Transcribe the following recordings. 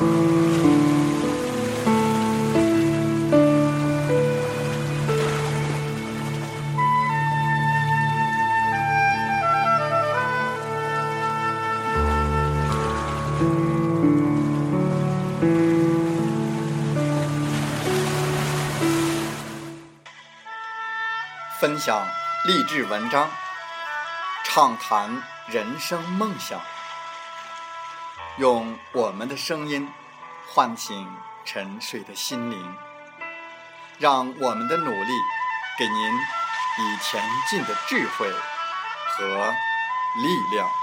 分享励志文章，畅谈人生梦想，用我们的声音唤醒沉睡的心灵，让我们的努力给您以前进的智慧和力量。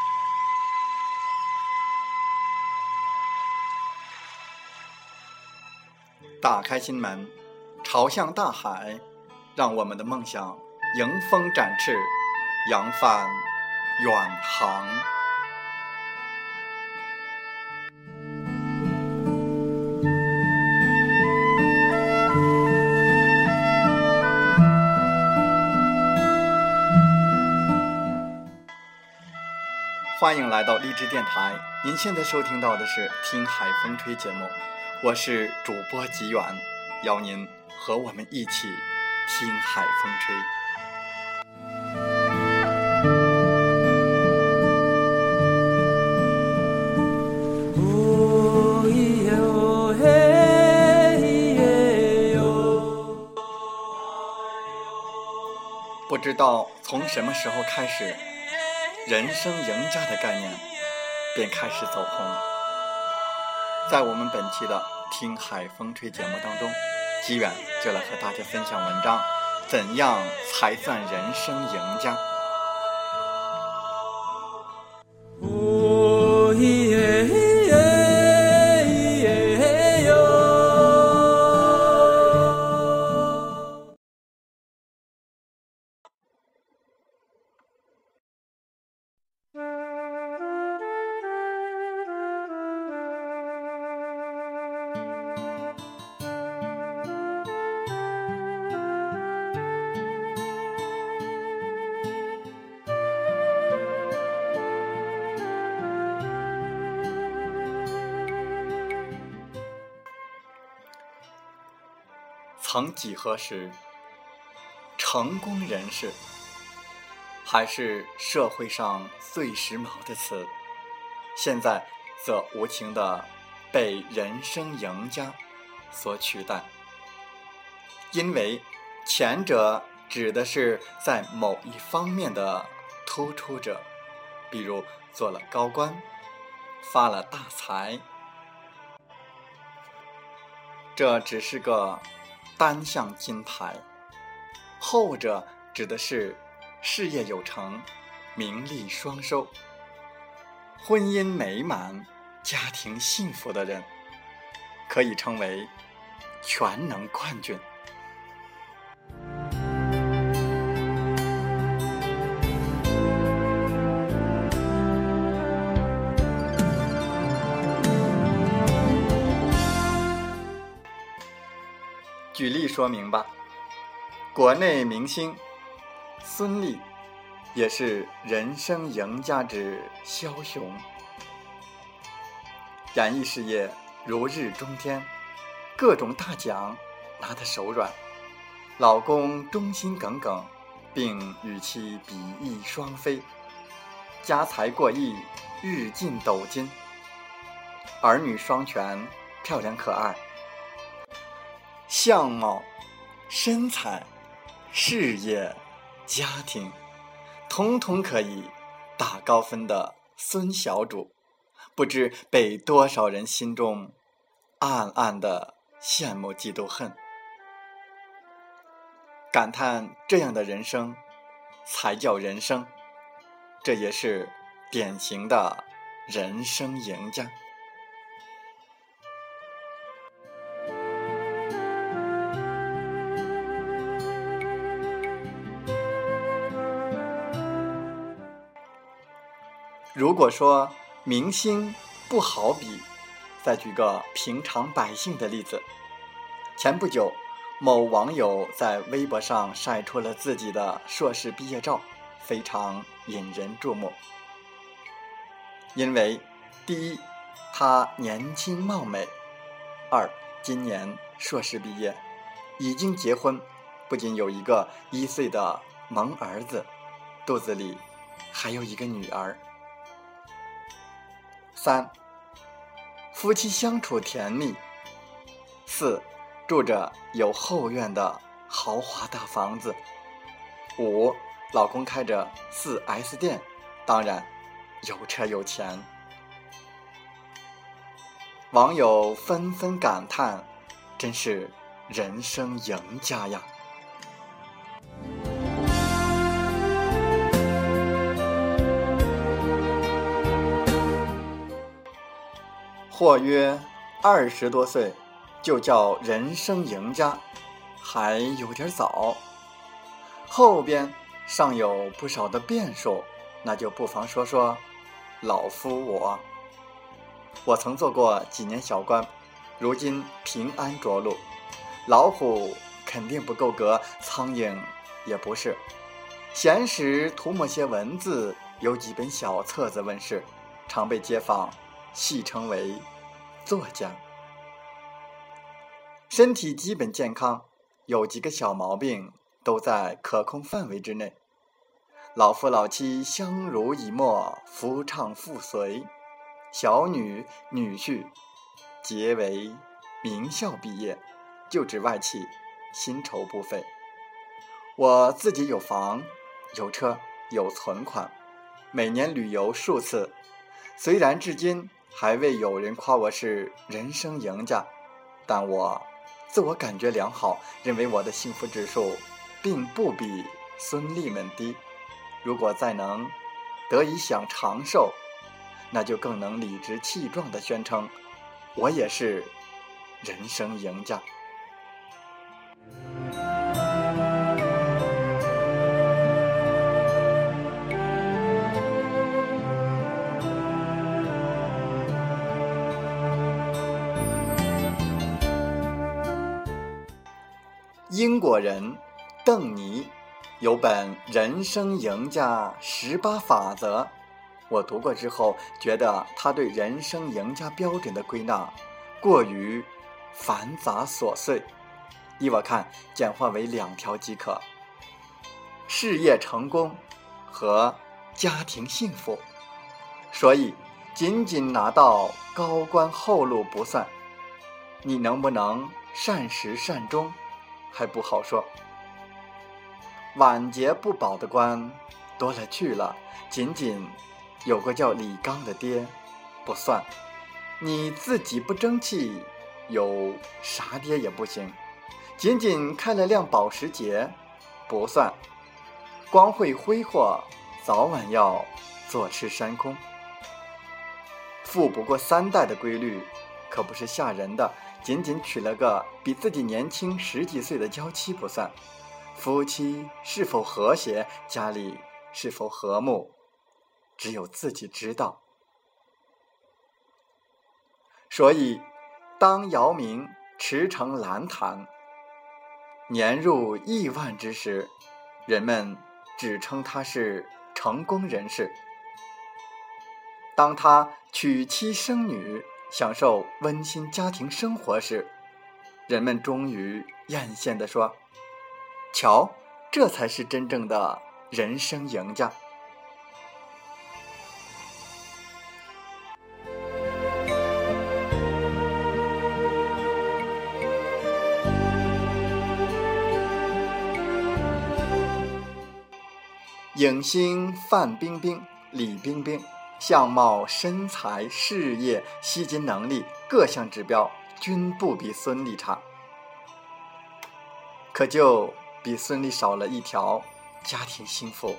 打开心门，朝向大海，让我们的梦想迎风展翅，扬帆远航。欢迎来到励志电台，您现在收听到的是听海风吹节目，我是主播吉远，邀您和我们一起听海风吹。不知道从什么时候开始，人生赢家的概念便开始走红。在我们本期的听海风吹节目当中，吉远就来和大家分享文章，怎样才算人生赢家？曾几何时，成功人士还是社会上最时髦的词，现在则无情地被人生赢家所取代。因为前者指的是在某一方面的突出者，比如做了高官，发了大财，这只是个单项金牌；后者指的是事业有成，名利双收，婚姻美满，家庭幸福的人，可以称为全能冠军。举例说明吧，国内明星孙俪也是人生赢家之枭雄，演艺事业如日中天，各种大奖拿得手软，老公忠心耿耿，并与其比翼双飞，家财过亿，日进斗金，儿女双全，漂亮可爱，相貌、身材、事业、家庭，统统可以打高分的孙小主，不知被多少人心中暗暗的羡慕嫉妒恨，感叹这样的人生才叫人生，这也是典型的人生赢家。如果说明星不好比，再举个平常百姓的例子。前不久，某网友在微博上晒出了自己的硕士毕业照，非常引人注目。因为第一， 她年轻貌美；二，今年硕士毕业，已经结婚，不仅有一个1岁的萌儿子，肚子里还有一个女儿。3，夫妻相处甜蜜。4，住着有后院的豪华大房子。5，老公开着4S 店，当然有车有钱。网友纷纷感叹，真是人生赢家呀。或曰20多岁就叫人生赢家，还有点早。后边尚有不少的变数，那就不妨说说老夫我。我曾做过几年小官，如今平安着陆。老虎肯定不够格，苍蝇也不是。闲时涂抹些文字，有几本小册子问世，常被街坊戏称为作家。身体基本健康，有几个小毛病都在可控范围之内。老夫老妻相濡以沫，夫唱妇随，小女女婿皆为名校毕业，就职外企，薪酬不菲。我自己有房有车有存款，每年旅游数次，虽然至今还未有人夸我是人生赢家，但我自我感觉良好，认为我的幸福指数并不比孙俪们低。如果再能得以享长寿，那就更能理直气壮地宣称我也是人生赢家。英国人邓尼有本《人生赢家18法则》，我读过之后觉得他对人生赢家标准的归纳过于繁杂琐碎，依我看简化为2条即可：事业成功和家庭幸福。所以仅仅拿到高官厚禄不算，你能不能善始善终还不好说。晚节不保的官多了去了，仅仅有个叫李刚的爹不算。你自己不争气，有啥爹也不行。仅仅开了辆保时捷不算，光会挥霍，早晚要坐吃山空。富不过3代的规律可不是吓人的，仅仅娶了个比自己年轻10几岁的娇妻不算。夫妻是否和谐，家里是否和睦，只有自己知道。所以当姚明驰骋篮坛，年入亿万之时，人们只称他是成功人士。当他娶妻生女，享受温馨家庭生活时，人们终于艳羡地说，瞧，这才是真正的人生赢家。影星范冰冰、李冰冰，相貌、身材、事业、吸金能力各项指标均不比孙俪差，可就比孙俪少了一条家庭幸福。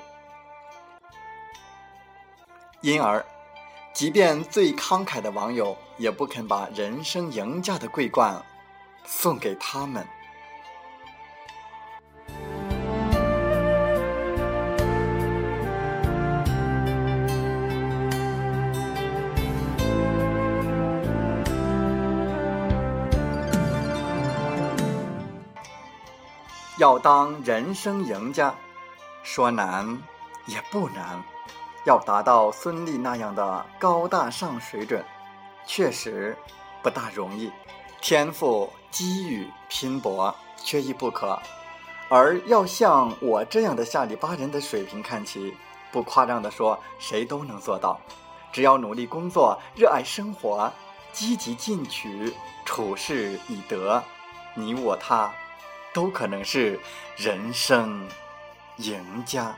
因而即便最慷慨的网友也不肯把人生赢家的桂冠送给他们。要当人生赢家，说难也不难，要达到孙俪那样的高大上水准， 确实不大容易，天赋、机遇、拼搏缺一不可。而要像我这样的下里巴人的水平看齐，不夸张地说，谁都能做到。只要努力工作，热爱生活，积极进取，处事以德，你我他都可能是人生赢家。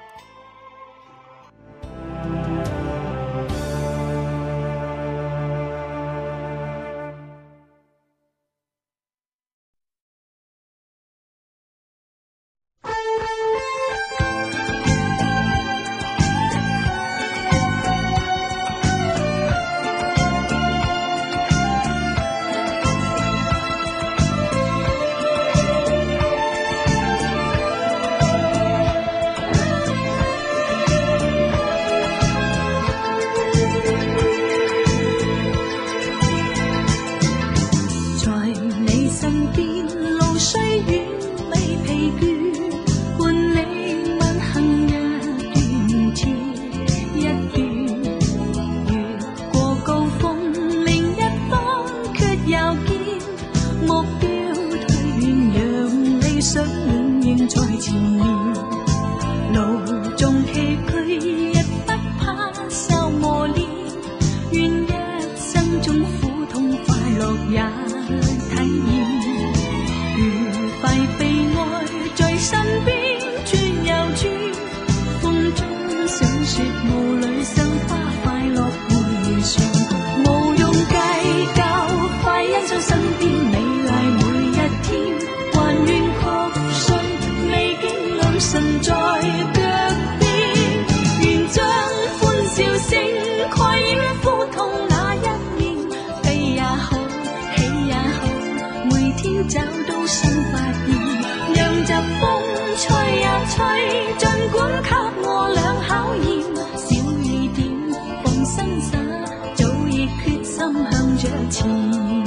找到新發現，讓疾風吹呀吹，儘管給我倆考驗，小雨點放生灑，早已決心向着前。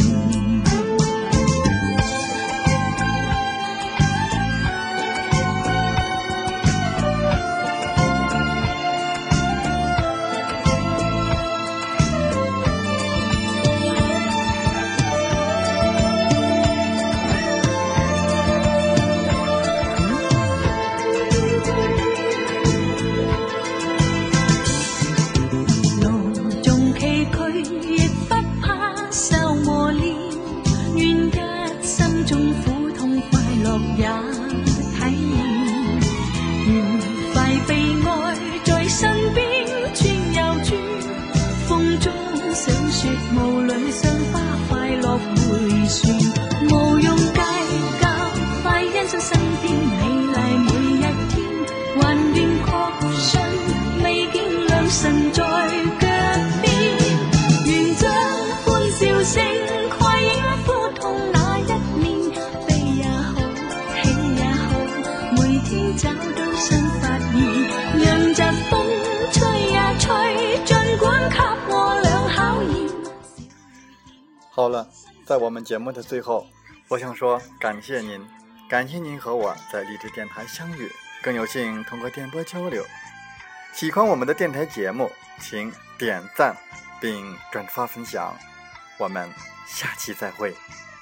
霧裏賞花快樂迴旋，無用計較，快欣賞身邊美麗每一天，還願確信未見良辰在腳邊，願將歡笑聲快映苦痛那一面，悲也好，喜也好，每天找到新發現，讓疾風吹呀吹，儘管給我倆考驗。 好了，在我们节目的最后，我想说感谢您和我在励志电台相遇，更有幸通过电波交流。喜欢我们的电台节目，请点赞并转发分享，我们下期再会。